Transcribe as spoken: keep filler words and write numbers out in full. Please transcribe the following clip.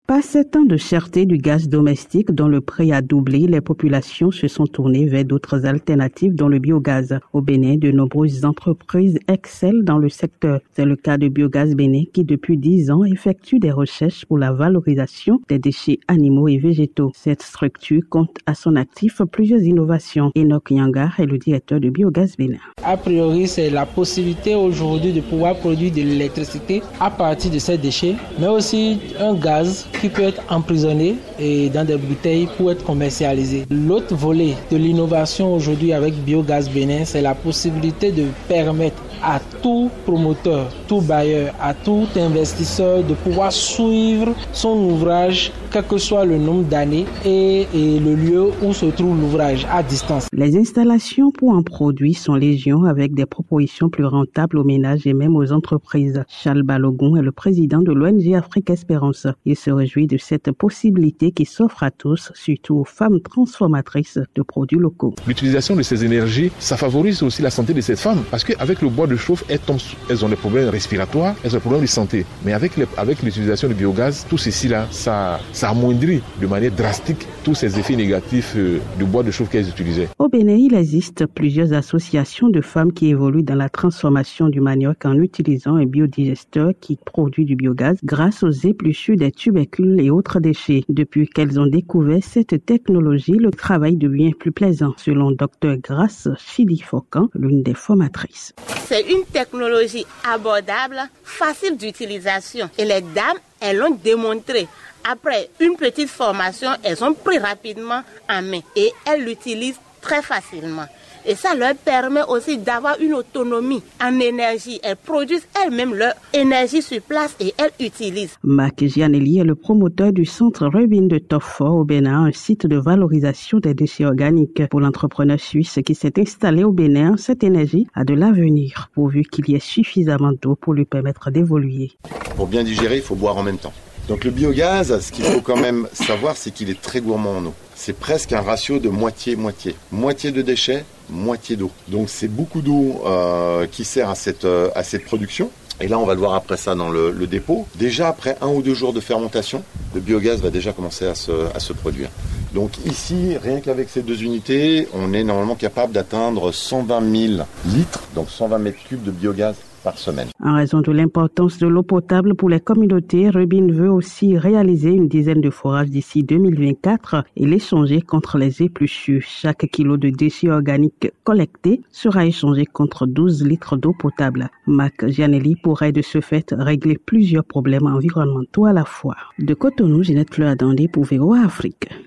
Pas sept ans de cherté du gaz domestique dont le prix a doublé, les populations se sont tournées vers d'autres alternatives dont le biogaz. Au Bénin, de nombreuses entreprises excellent dans le secteur. C'est le cas de Biogaz Bénin qui, depuis dix ans, effectue des recherches pour la valorisation des déchets animaux et végétaux. Cette structure compte à son actif plusieurs innovations. Enoch Yangar est le directeur de Biogaz Bénin. A priori, c'est la possibilité aujourd'hui de pouvoir produire de l'électricité à partir de ces déchets, mais aussi un gaz qui peut être emprisonné et dans des bouteilles pour être commercialisé. L'autre volet de l'innovation aujourd'hui avec Biogaz Bénin, c'est la possibilité de permettre à tout promoteur, tout bailleur, à tout investisseur de pouvoir suivre son ouvrage, quel que soit le nombre d'années et, et le lieu où se trouve l'ouvrage à distance. Les installations pour en produire sont légion avec des propositions plus rentables aux ménages et même aux entreprises. Charles Balogun est le président de l'O N G Afrique Espérance. Il se réjouit de cette possibilité qui s'offre à tous, surtout aux femmes transformatrices de produits locaux. L'utilisation de ces énergies, ça favorise aussi la santé de ces femmes parce qu'avec le bois de chauffe, elles, tombent, elles ont des problèmes respiratoires, elles ont des problèmes de santé. Mais avec, les, avec l'utilisation du biogaz, tout ceci là, ça, ça amoindrit de manière drastique tous ces effets négatifs euh, du bois de chauffe qu'elles utilisaient. Au Bénin, il existe plusieurs associations de femmes qui évoluent dans la transformation du manioc en utilisant un biodigesteur qui produit du biogaz grâce aux épluchures des tubercules et autres déchets. Depuis qu'elles ont découvert cette technologie, le travail devient plus plaisant, selon Dr Grace Chidi-Focan, l'une des formatrices. C'est une technologie abordable, facile d'utilisation et les dames, elles l'ont démontré. Après une petite formation, elles ont pris rapidement en main et elles l'utilisent très facilement. Et ça leur permet aussi d'avoir une autonomie en énergie. Elles produisent elles-mêmes leur énergie sur place et elles utilisent. Marc Gianelli est le promoteur du centre Rubin de Tofo au Bénin, un site de valorisation des déchets organiques. Pour l'entrepreneur suisse qui s'est installé au Bénin, cette énergie a de l'avenir, pourvu qu'il y ait suffisamment d'eau pour lui permettre d'évoluer. Pour bien digérer, il faut boire en même temps. Donc le biogaz, ce qu'il faut quand même savoir, c'est qu'il est très gourmand en eau. C'est presque un ratio de moitié-moitié. Moitié de déchets, moitié d'eau. Donc c'est beaucoup d'eau euh, qui sert à cette, euh, à cette production. Et là, on va le voir après ça dans le, le dépôt. Déjà, après un ou deux jours de fermentation, le biogaz va déjà commencer à se, à se produire. Donc ici, rien qu'avec ces deux unités, on est normalement capable d'atteindre cent vingt mille litres, donc cent vingt mètres cubes de biogaz par semaine. En raison de l'importance de l'eau potable pour les communautés, Rubin veut aussi réaliser une dizaine de forages d'ici deux mille vingt-quatre et l'échanger contre les épluchures. Chaque kilo de déchets organiques collectés sera échangé contre douze litres d'eau potable. Marc Gianelli pourrait de ce fait régler plusieurs problèmes environnementaux à la fois. De Cotonou, Ginette Fleur-Adandé pour V O A Afrique.